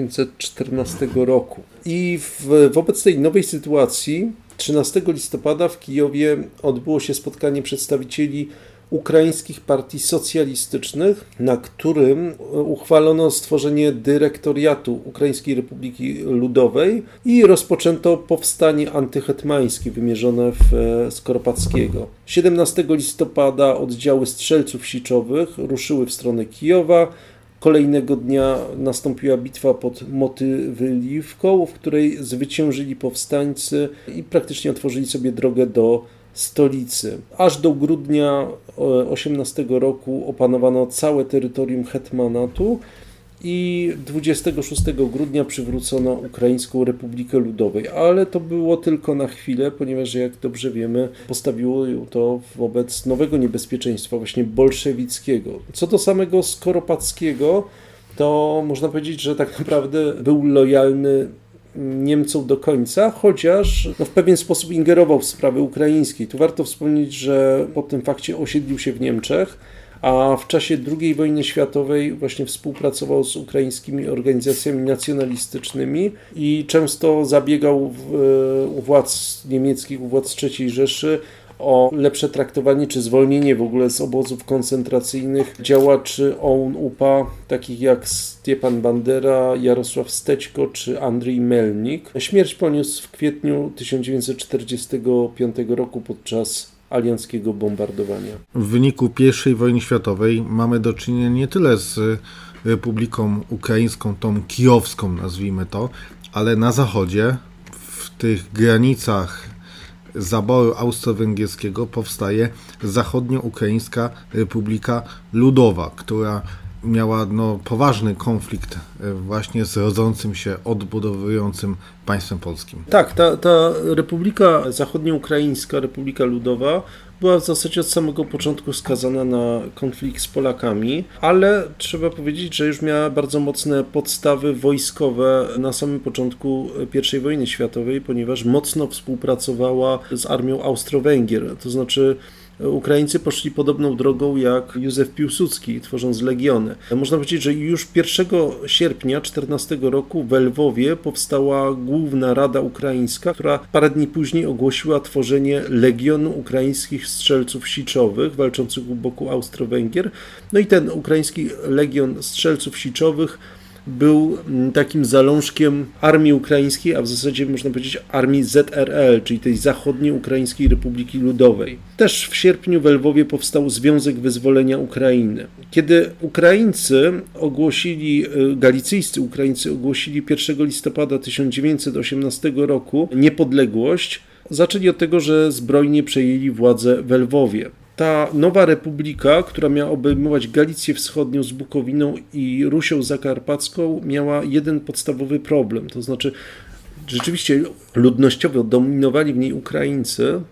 1914 roku. I wobec tej nowej sytuacji 13 listopada w Kijowie odbyło się spotkanie przedstawicieli ukraińskich partii socjalistycznych, na którym uchwalono stworzenie dyrektoriatu Ukraińskiej Republiki Ludowej i rozpoczęto powstanie antyhetmańskie wymierzone w Skoropadzkiego. 17 listopada oddziały strzelców siczowych ruszyły w stronę Kijowa. Kolejnego dnia nastąpiła bitwa pod Motywyliwką, w której zwyciężyli powstańcy i praktycznie otworzyli sobie drogę do stolicy. Aż do grudnia 18 roku opanowano całe terytorium hetmanatu i 26 grudnia przywrócono Ukraińską Republikę Ludową. Ale to było tylko na chwilę, ponieważ jak dobrze wiemy, postawiło to wobec nowego niebezpieczeństwa, właśnie bolszewickiego. Co do samego Skoropadzkiego, to można powiedzieć, że tak naprawdę był lojalny Niemcom do końca, chociaż w pewien sposób ingerował w sprawy ukraińskie. Tu warto wspomnieć, że po tym fakcie osiedlił się w Niemczech, a w czasie II wojny światowej właśnie współpracował z ukraińskimi organizacjami nacjonalistycznymi i często zabiegał u władz niemieckich, u władz III Rzeszy o lepsze traktowanie czy zwolnienie w ogóle z obozów koncentracyjnych działaczy OUN-UPA, takich jak Stjepan Bandera, Jarosław Stećko czy Andrzej Melnik. Śmierć poniósł w kwietniu 1945 roku podczas alianckiego bombardowania. W wyniku I wojny światowej mamy do czynienia nie tyle z Republiką Ukraińską, tą kijowską nazwijmy to, ale na zachodzie, w tych granicach zaboru austro-węgierskiego powstaje Zachodnioukraińska Republika Ludowa, która miała poważny konflikt właśnie z rodzącym się, odbudowującym państwem polskim. Tak, ta Republika Zachodnioukraińska, Republika Ludowa była w zasadzie od samego początku skazana na konflikt z Polakami, ale trzeba powiedzieć, że już miała bardzo mocne podstawy wojskowe na samym początku I wojny światowej, ponieważ mocno współpracowała z armią Austro-Węgier, to znaczy Ukraińcy poszli podobną drogą jak Józef Piłsudski, tworząc legiony. Można powiedzieć, że już 1 sierpnia 14 roku w Lwowie powstała Główna Rada Ukraińska, która parę dni później ogłosiła tworzenie Legionu Ukraińskich Strzelców Siczowych, walczących u boku Austro-Węgier. No i ten ukraiński Legion Strzelców Siczowych był takim zalążkiem armii ukraińskiej, a w zasadzie można powiedzieć armii ZRL, czyli tej Zachodnioukraińskiej Republiki Ludowej. Też w sierpniu w Lwowie powstał Związek Wyzwolenia Ukrainy. Kiedy galicyjscy Ukraińcy ogłosili 1 listopada 1918 roku niepodległość, zaczęli od tego, że zbrojnie przejęli władzę w Lwowie. Ta nowa republika, która miała obejmować Galicję Wschodnią z Bukowiną i Rusią Zakarpacką, miała jeden podstawowy problem, to znaczy rzeczywiście ludnościowo dominowali w niej Ukraińcy,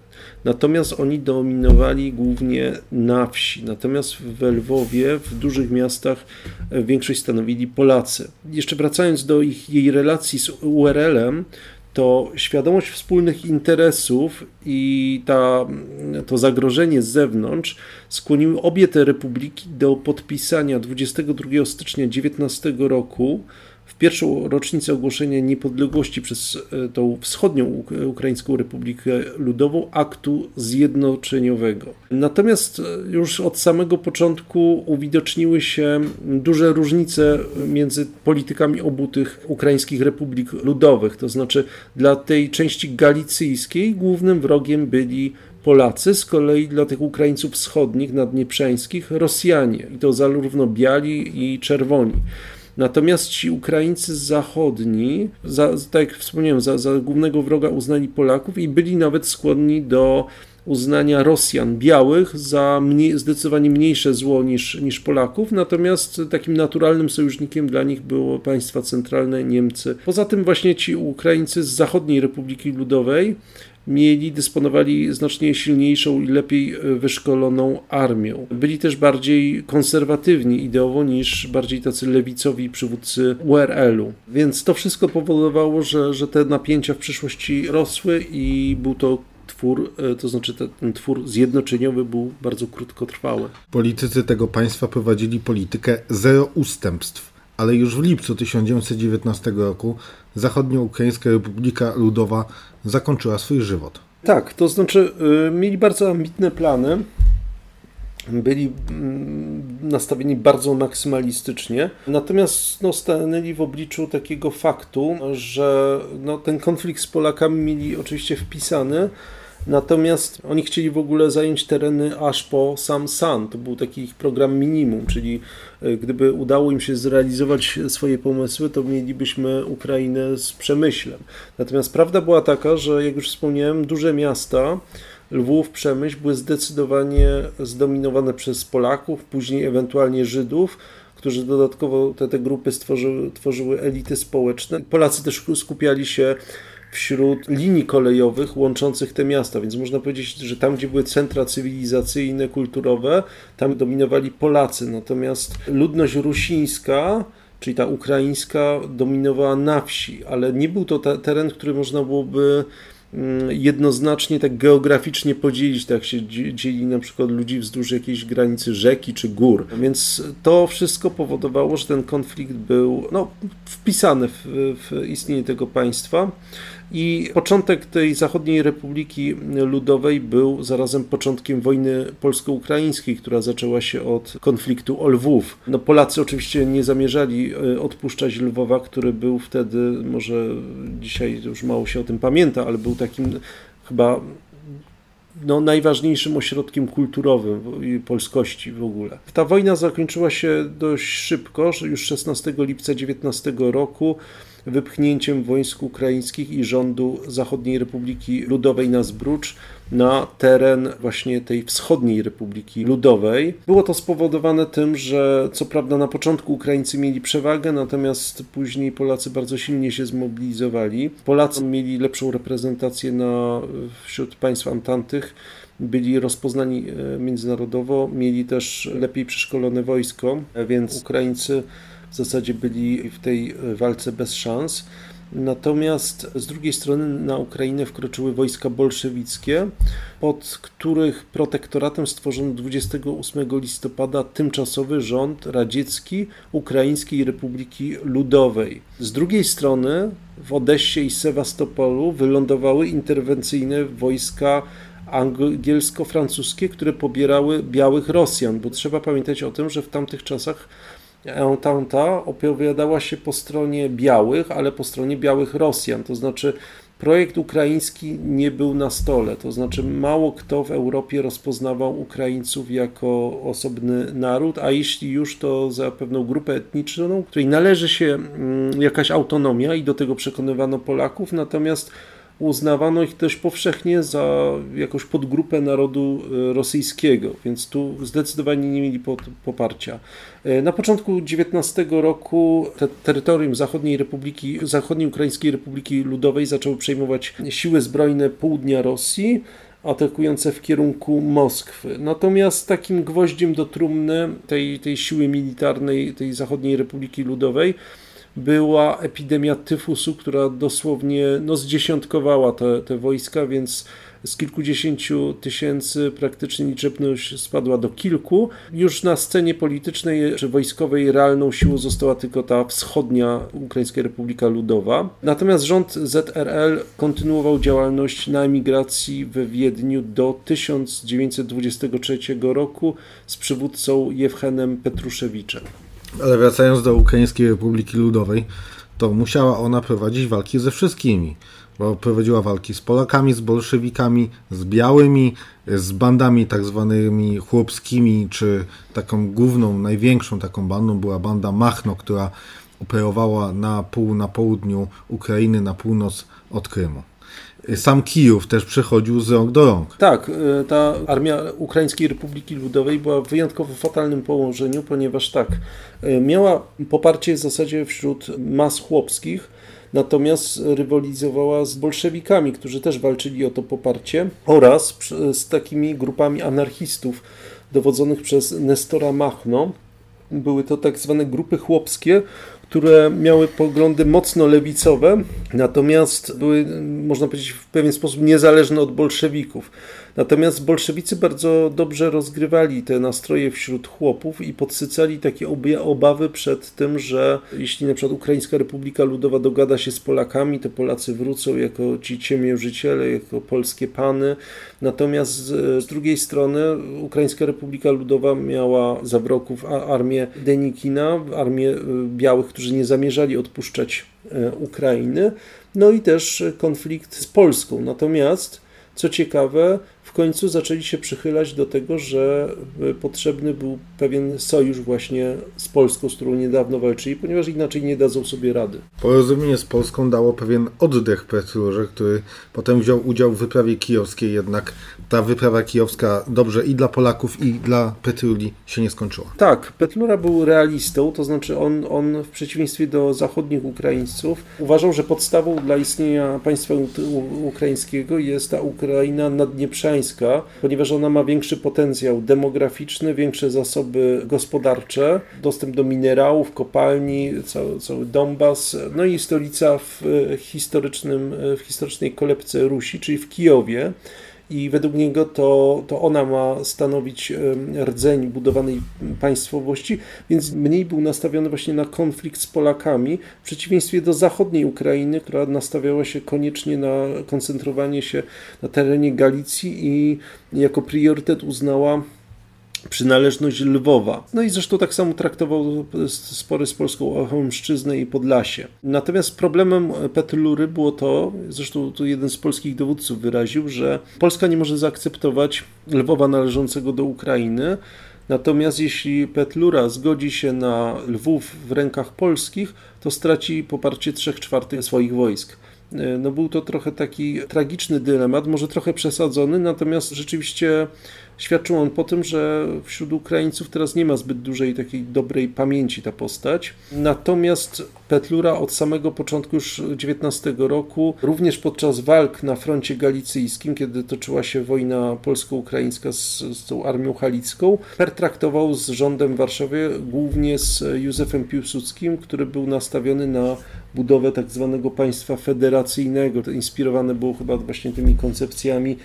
natomiast oni dominowali głównie na wsi. Natomiast w Lwowie, w dużych miastach większość stanowili Polacy. Jeszcze wracając do jej relacji z URL-em, to świadomość wspólnych interesów i to zagrożenie z zewnątrz skłoniły obie te republiki do podpisania 22 stycznia 19 roku, w pierwszą rocznicę ogłoszenia niepodległości przez tą wschodnią Ukraińską Republikę Ludową, aktu zjednoczeniowego. Natomiast już od samego początku uwidoczniły się duże różnice między politykami obu tych ukraińskich republik ludowych, to znaczy dla tej części galicyjskiej głównym wrogiem byli Polacy, z kolei dla tych Ukraińców wschodnich, naddnieprzańskich, Rosjanie, i to zarówno biali i czerwoni. Natomiast ci Ukraińcy zachodni, tak jak wspomniałem, za głównego wroga uznali Polaków i byli nawet skłonni do uznania Rosjan białych za zdecydowanie mniejsze zło niż Polaków, natomiast takim naturalnym sojusznikiem dla nich było państwa centralne, Niemcy. Poza tym właśnie ci Ukraińcy z Zachodniej Republiki Ludowej dysponowali znacznie silniejszą i lepiej wyszkoloną armią. Byli też bardziej konserwatywni ideowo niż bardziej tacy lewicowi przywódcy URL-u. Więc to wszystko powodowało, że te napięcia w przyszłości rosły i był to twór, to znaczy ten twór zjednoczeniowy był bardzo krótkotrwały. Politycy tego państwa prowadzili politykę zero ustępstw, ale już w lipcu 1919 roku Zachodnioukraińska Republika Ludowa zakończyła swój żywot. Tak, to znaczy mieli bardzo ambitne plany, byli nastawieni bardzo maksymalistycznie, natomiast stanęli w obliczu takiego faktu, że ten konflikt z Polakami mieli oczywiście wpisany, natomiast oni chcieli w ogóle zająć tereny aż po sam San. To był taki ich program minimum, czyli gdyby udało im się zrealizować swoje pomysły, to mielibyśmy Ukrainę z Przemyślem. Natomiast prawda była taka, że jak już wspomniałem, duże miasta, Lwów, Przemyśl, były zdecydowanie zdominowane przez Polaków, później ewentualnie Żydów, którzy dodatkowo te grupy tworzyły elity społeczne. Polacy też skupiali się wśród linii kolejowych łączących te miasta, więc można powiedzieć, że tam, gdzie były centra cywilizacyjne, kulturowe, tam dominowali Polacy, natomiast ludność rusińska, czyli ta ukraińska, dominowała na wsi, ale nie był to teren, który można byłoby jednoznacznie tak geograficznie podzielić, tak jak się dzieli na przykład ludzi wzdłuż jakiejś granicy rzeki czy gór. Więc to wszystko powodowało, że ten konflikt był wpisany w istnienie tego państwa i początek tej Zachodniej Republiki Ludowej był zarazem początkiem wojny polsko-ukraińskiej, która zaczęła się od konfliktu o Lwów. Polacy oczywiście nie zamierzali odpuszczać Lwowa, który był wtedy, może dzisiaj już mało się o tym pamięta, ale był takim chyba najważniejszym ośrodkiem kulturowym polskości w ogóle. Ta wojna zakończyła się dość szybko, już 16 lipca 19 roku, wypchnięciem wojsk ukraińskich i rządu Zachodniej Republiki Ludowej na Zbrucz na teren właśnie tej wschodniej Republiki Ludowej. Było to spowodowane tym, że co prawda na początku Ukraińcy mieli przewagę, natomiast później Polacy bardzo silnie się zmobilizowali. Polacy mieli lepszą reprezentację wśród państw antantych, byli rozpoznani międzynarodowo, mieli też lepiej przeszkolone wojsko, więc Ukraińcy w zasadzie byli w tej walce bez szans. Natomiast z drugiej strony na Ukrainę wkroczyły wojska bolszewickie, pod których protektoratem stworzono 28 listopada tymczosowy rząd radziecki Ukraińskiej Republiki Ludowej. Z drugiej strony w Odessie i Sewastopolu wylądowały interwencyjne wojska angielsko-francuskie, które pobierały białych Rosjan, bo trzeba pamiętać o tym, że w tamtych czasach Entente opowiadała się po stronie białych, ale po stronie białych Rosjan, to znaczy projekt ukraiński nie był na stole, to znaczy mało kto w Europie rozpoznawał Ukraińców jako osobny naród, a jeśli już, to za pewną grupę etniczną, której należy się jakaś autonomia i do tego przekonywano Polaków, natomiast uznawano ich dość powszechnie za jakąś podgrupę narodu rosyjskiego, więc tu zdecydowanie nie mieli poparcia. Na początku XIX roku terytorium Zachodniej Ukraińskiej Republiki Ludowej zaczęły przejmować siły zbrojne południa Rosji, atakujące w kierunku Moskwy. Natomiast takim gwoździem do trumny tej siły militarnej, tej Zachodniej Republiki Ludowej, była epidemia tyfusu, która dosłownie zdziesiątkowała te wojska, więc z kilkudziesięciu tysięcy praktycznie liczebność spadła do kilku. Już na scenie politycznej czy wojskowej realną siłą została tylko ta wschodnia Ukraińska Republika Ludowa. Natomiast rząd ZRL kontynuował działalność na emigracji we Wiedniu do 1923 roku z przywódcą Jewchenem Petruszewiczem. Ale wracając do Ukraińskiej Republiki Ludowej, to musiała ona prowadzić walki ze wszystkimi, bo prowadziła walki z Polakami, z bolszewikami, z białymi, z bandami tak zwanymi chłopskimi, czy taką główną, największą taką bandą była banda Machno, która operowała na południu Ukrainy, na północ od Krymu. Sam Kijów też przechodził z rąk do rąk. Tak, ta armia Ukraińskiej Republiki Ludowej była w wyjątkowo fatalnym położeniu, ponieważ miała poparcie w zasadzie wśród mas chłopskich, natomiast rywalizowała z bolszewikami, którzy też walczyli o to poparcie, oraz z takimi grupami anarchistów dowodzonych przez Nestora Machno. Były to tak zwane grupy chłopskie, które miały poglądy mocno lewicowe, natomiast były, można powiedzieć, w pewien sposób niezależne od bolszewików. Natomiast bolszewicy bardzo dobrze rozgrywali te nastroje wśród chłopów i podsycali takie obawy przed tym, że jeśli na przykład Ukraińska Republika Ludowa dogada się z Polakami, to Polacy wrócą jako ci ciemiężyciele, jako polskie pany. Natomiast z drugiej strony Ukraińska Republika Ludowa miała za wrogów armię Denikina, armię białych, którzy nie zamierzali odpuszczać Ukrainy, no i też konflikt z Polską. Natomiast, co ciekawe, w końcu zaczęli się przychylać do tego, że potrzebny był pewien sojusz właśnie z Polską, z którą niedawno walczyli, ponieważ inaczej nie dadzą sobie rady. Porozumienie z Polską dało pewien oddech Petlurze, który potem wziął udział w wyprawie kijowskiej, jednak ta wyprawa kijowska dobrze i dla Polaków, i dla Petluri się nie skończyła. Tak, Petlura był realistą, to znaczy on w przeciwieństwie do zachodnich Ukraińców uważał, że podstawą dla istnienia państwa ukraińskiego jest ta Ukraina naddnieprzańska, ponieważ ona ma większy potencjał demograficzny, większe zasoby gospodarcze, dostęp do minerałów, kopalni, cały Donbas, no i stolica w historycznej kolebce Rusi, czyli w Kijowie. I według niego to ona ma stanowić rdzeń budowanej państwowości, więc mniej był nastawiony właśnie na konflikt z Polakami, w przeciwieństwie do zachodniej Ukrainy, która nastawiała się koniecznie na koncentrowanie się na terenie Galicji i jako priorytet uznała przynależność Lwowa. No i zresztą tak samo traktował spory z polską Ochomszczyznę i Podlasie. Natomiast problemem Petlury było to, zresztą tu jeden z polskich dowódców wyraził, że Polska nie może zaakceptować Lwowa należącego do Ukrainy, natomiast jeśli Petlura zgodzi się na Lwów w rękach polskich, to straci poparcie 3/4 swoich wojsk. No był to trochę taki tragiczny dylemat, może trochę przesadzony, natomiast rzeczywiście świadczył on po tym, że wśród Ukraińców teraz nie ma zbyt dużej takiej dobrej pamięci ta postać. Natomiast Petlura od samego początku już 19 roku, również podczas walk na froncie galicyjskim, kiedy toczyła się wojna polsko-ukraińska z tą armią halicką, pertraktował z rządem w Warszawie, głównie z Józefem Piłsudskim, który był nastawiony na budowę tak zwanego państwa federacyjnego. To inspirowane było chyba właśnie tymi koncepcjami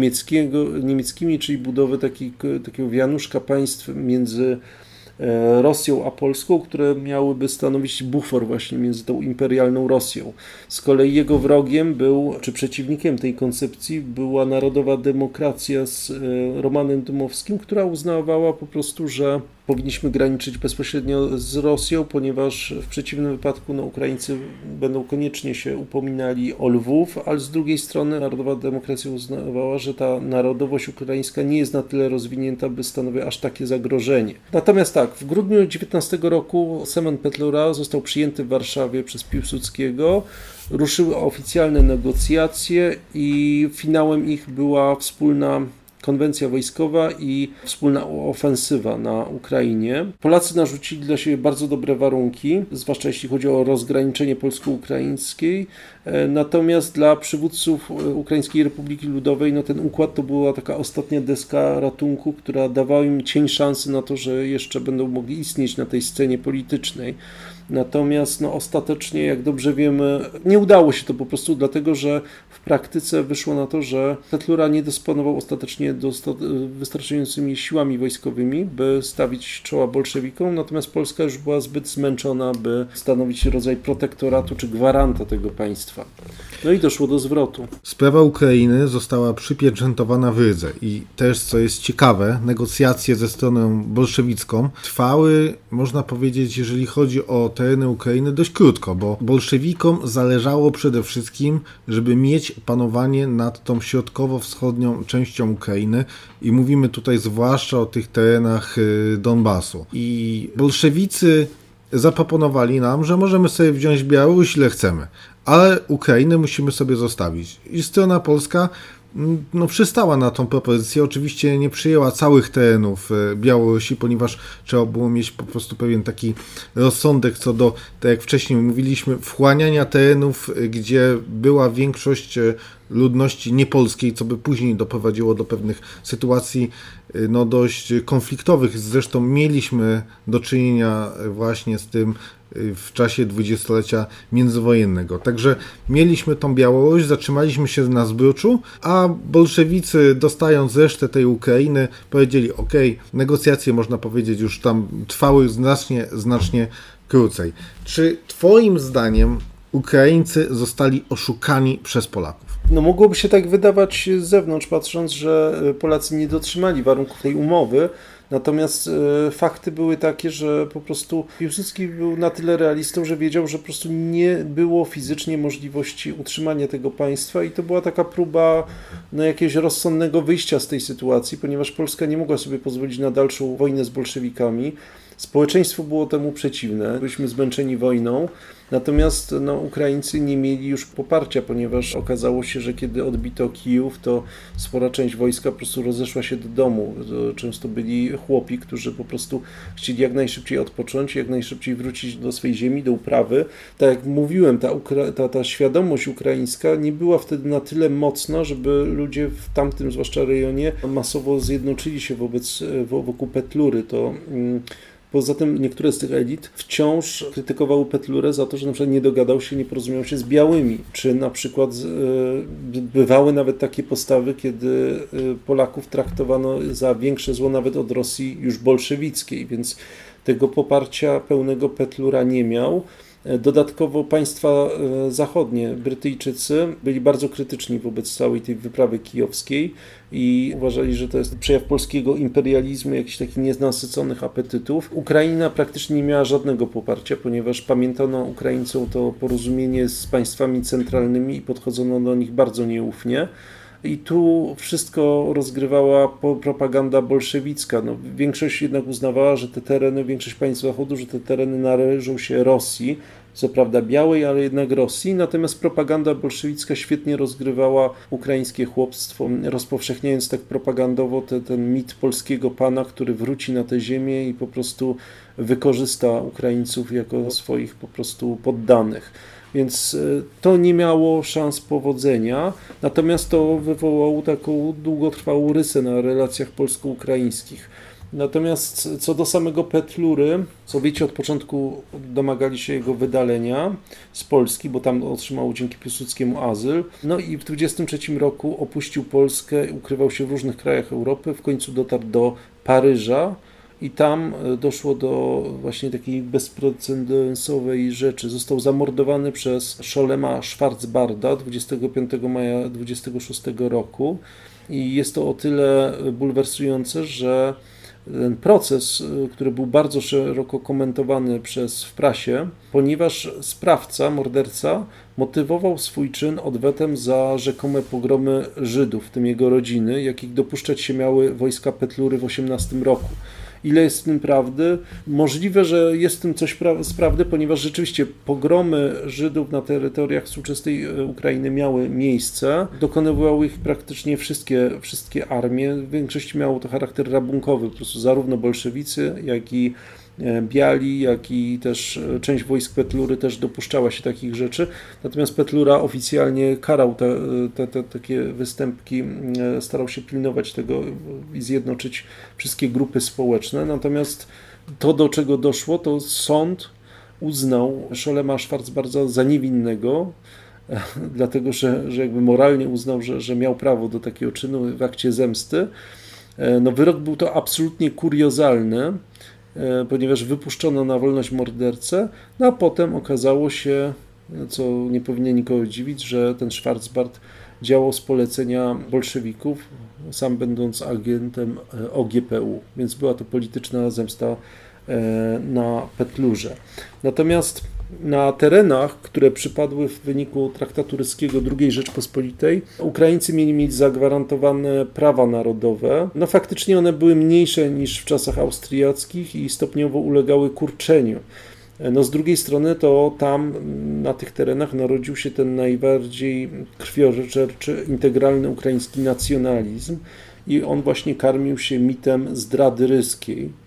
niemieckimi, czyli budowy takiego wianuszka państw między Rosją a Polską, które miałyby stanowić bufor właśnie między tą imperialną Rosją. Z kolei jego wrogiem czy przeciwnikiem tej koncepcji była Narodowa Demokracja z Romanem Dmowskim, która uznawała po prostu, że powinniśmy graniczyć bezpośrednio z Rosją, ponieważ w przeciwnym wypadku Ukraińcy będą koniecznie się upominali o Lwów, ale z drugiej strony Narodowa Demokracja uznawała, że ta narodowość ukraińska nie jest na tyle rozwinięta, by stanowiła aż takie zagrożenie. Natomiast tak, w grudniu 19 roku Semen Petlura został przyjęty w Warszawie przez Piłsudskiego, ruszyły oficjalne negocjacje i finałem ich była wspólna konwencja wojskowa i wspólna ofensywa na Ukrainie. Polacy narzucili dla siebie bardzo dobre warunki, zwłaszcza jeśli chodzi o rozgraniczenie polsko-ukraińskiej. Natomiast dla przywódców Ukraińskiej Republiki Ludowej ten układ to była taka ostatnia deska ratunku, która dawała im cień szansy na to, że jeszcze będą mogli istnieć na tej scenie politycznej. Natomiast ostatecznie, jak dobrze wiemy, nie udało się to po prostu dlatego, że w praktyce wyszło na to, że Petlura nie dysponował ostatecznie wystarczającymi siłami wojskowymi, by stawić czoła bolszewikom, natomiast Polska już była zbyt zmęczona, by stanowić rodzaj protektoratu czy gwaranta tego państwa. No i doszło do zwrotu. Sprawa Ukrainy została przypieczętowana w Rydze i też, co jest ciekawe, negocjacje ze stroną bolszewicką trwały, można powiedzieć, jeżeli chodzi o tereny Ukrainy, dość krótko, bo bolszewikom zależało przede wszystkim, żeby mieć panowanie nad tą środkowo-wschodnią częścią Ukrainy i mówimy tutaj zwłaszcza o tych terenach Donbasu. I bolszewicy zaproponowali nam, że możemy sobie wziąć Białoruś, ile chcemy, ale Ukrainę musimy sobie zostawić. I strona polska przystała na tą propozycję. Oczywiście nie przyjęła całych terenów Białorusi, ponieważ trzeba było mieć po prostu pewien taki rozsądek co do, tak jak wcześniej mówiliśmy, wchłaniania terenów, gdzie była większość ludności niepolskiej, co by później doprowadziło do pewnych sytuacji dość konfliktowych. Zresztą mieliśmy do czynienia właśnie z tym w czasie dwudziestolecia międzywojennego. Także mieliśmy tą Białoruś, zatrzymaliśmy się na Zbruczu, a bolszewicy, dostając resztę tej Ukrainy, powiedzieli: OK, negocjacje, można powiedzieć, już tam trwały znacznie krócej. Czy twoim zdaniem Ukraińcy zostali oszukani przez Polaków? Mogłoby się tak wydawać z zewnątrz, patrząc, że Polacy nie dotrzymali warunków tej umowy. Natomiast fakty były takie, że po prostu Piłsudski był na tyle realistą, że wiedział, że po prostu nie było fizycznie możliwości utrzymania tego państwa i to była taka próba jakiegoś rozsądnego wyjścia z tej sytuacji, ponieważ Polska nie mogła sobie pozwolić na dalszą wojnę z bolszewikami. Społeczeństwo było temu przeciwne, byliśmy zmęczeni wojną, natomiast Ukraińcy nie mieli już poparcia, ponieważ okazało się, że kiedy odbito Kijów, to spora część wojska po prostu rozeszła się do domu. To często byli chłopi, którzy po prostu chcieli jak najszybciej jak najszybciej wrócić do swojej ziemi, do uprawy. Tak jak mówiłem, ta świadomość ukraińska nie była wtedy na tyle mocna, żeby ludzie w tamtym zwłaszcza rejonie masowo zjednoczyli się wokół Petlury. Poza tym niektóre z tych elit wciąż krytykowały Petlurę za to, że na przykład nie dogadał się, nie porozumiał się z białymi, czy na przykład bywały nawet takie postawy, kiedy Polaków traktowano za większe zło nawet od Rosji już bolszewickiej, więc tego poparcia pełnego Petlura nie miał. Dodatkowo państwa zachodnie, Brytyjczycy, byli bardzo krytyczni wobec całej tej wyprawy kijowskiej i uważali, że to jest przejaw polskiego imperializmu, jakichś takich nienasyconych apetytów. Ukraina praktycznie nie miała żadnego poparcia, ponieważ pamiętano Ukraińcom to porozumienie z państwami centralnymi i podchodzono do nich bardzo nieufnie. I tu wszystko rozgrywała propaganda bolszewicka. Większość jednak uznawała, że większość państw Zachodu, że te tereny należą się Rosji, co prawda białej, ale jednak Rosji. Natomiast propaganda bolszewicka świetnie rozgrywała ukraińskie chłopstwo, rozpowszechniając tak propagandowo ten mit polskiego pana, który wróci na tę ziemię i po prostu wykorzysta Ukraińców jako swoich po prostu poddanych. Więc to nie miało szans powodzenia, natomiast to wywołało taką długotrwałą rysę na relacjach polsko-ukraińskich. Natomiast co do samego Petlury, Sowieci od początku domagali się jego wydalenia z Polski, bo tam otrzymał dzięki Piłsudskiemu azyl. I w 1923 roku opuścił Polskę, ukrywał się w różnych krajach Europy, w końcu dotarł do Paryża. I tam doszło do właśnie takiej bezprecedensowej rzeczy. Został zamordowany przez Szolema Schwarzbarda 25 maja 26 roku. I jest to o tyle bulwersujące, że ten proces, który był bardzo szeroko komentowany w prasie, ponieważ sprawca, morderca, motywował swój czyn odwetem za rzekome pogromy Żydów, w tym jego rodziny, jakich dopuszczać się miały wojska Petlury w 18 roku. Ile jest w tym prawdy? Możliwe, że jest w tym coś z prawdy, ponieważ rzeczywiście pogromy Żydów na terytoriach współczesnej Ukrainy miały miejsce. Dokonywały ich praktycznie wszystkie armie. W większości miało to charakter rabunkowy, po prostu zarówno bolszewicy, jak i Biali, jak i też część wojsk Petlury też dopuszczała się takich rzeczy. Natomiast Petlura oficjalnie karał takie występki, starał się pilnować tego i zjednoczyć wszystkie grupy społeczne. Natomiast to, do czego doszło, to sąd uznał Szolema Schwarzbarda za niewinnego, dlatego że jakby moralnie uznał, że miał prawo do takiego czynu w akcie zemsty. No, wyrok był to absolutnie kuriozalny, ponieważ wypuszczono na wolność mordercę, no a potem okazało się, co nie powinien nikogo dziwić, że ten Schwarzbard działał z polecenia bolszewików, sam będąc agentem OGPU, więc była to polityczna zemsta na Petlurze. Natomiast na terenach, które przypadły w wyniku traktatu ryskiego II Rzeczpospolitej, Ukraińcy mieli mieć zagwarantowane prawa narodowe. No faktycznie one były mniejsze niż w czasach austriackich i stopniowo ulegały kurczeniu. No z drugiej strony to tam na tych terenach narodził się ten najbardziej krwiożerczy, integralny ukraiński nacjonalizm i on właśnie karmił się mitem zdrady ryskiej.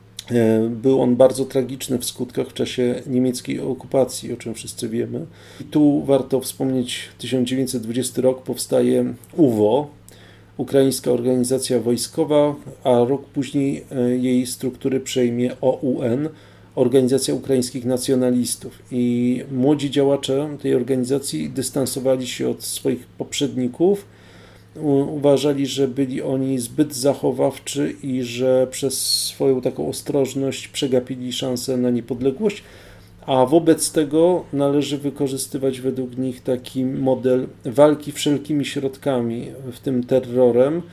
Był on bardzo tragiczny w skutkach w czasie niemieckiej okupacji, o czym wszyscy wiemy. I tu warto wspomnieć 1920 rok, powstaje UWO, Ukraińska Organizacja Wojskowa, a rok później jej struktury przejmie OUN, Organizacja Ukraińskich Nacjonalistów. I młodzi działacze tej organizacji dystansowali się od swoich poprzedników, uważali, że byli oni zbyt zachowawczy i że przez swoją taką ostrożność przegapili szansę na niepodległość, a wobec tego należy wykorzystywać według nich taki model walki wszelkimi środkami, w tym terrorem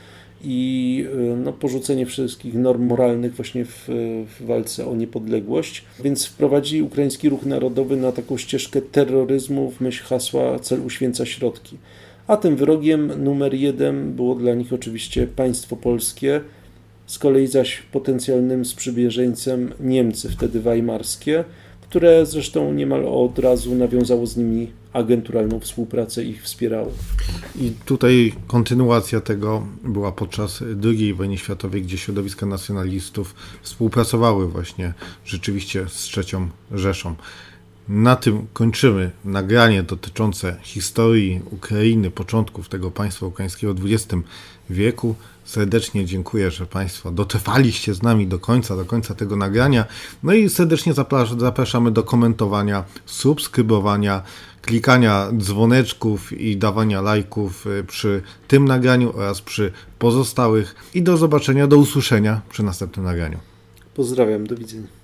i porzucenie wszystkich norm moralnych właśnie w walce o niepodległość. Więc wprowadzili Ukraiński Ruch Narodowy na taką ścieżkę terroryzmu w myśl hasła cel uświęca środki. A tym wrogiem numer 1 było dla nich oczywiście państwo polskie, z kolei zaś potencjalnym sprzymierzeńcem Niemcy, wtedy weimarskie, które zresztą niemal od razu nawiązało z nimi agenturalną współpracę i ich wspierało. I tutaj kontynuacja tego była podczas II wojny światowej, gdzie środowiska nacjonalistów współpracowały właśnie rzeczywiście z III Rzeszą. Na tym kończymy nagranie dotyczące historii Ukrainy, początków tego państwa ukraińskiego w XX wieku. Serdecznie dziękuję, że Państwo dotrwaliście z nami do końca tego nagrania. No i serdecznie zapraszamy do komentowania, subskrybowania, klikania dzwoneczków i dawania lajków przy tym nagraniu oraz przy pozostałych. I do zobaczenia, do usłyszenia przy następnym nagraniu. Pozdrawiam, do widzenia.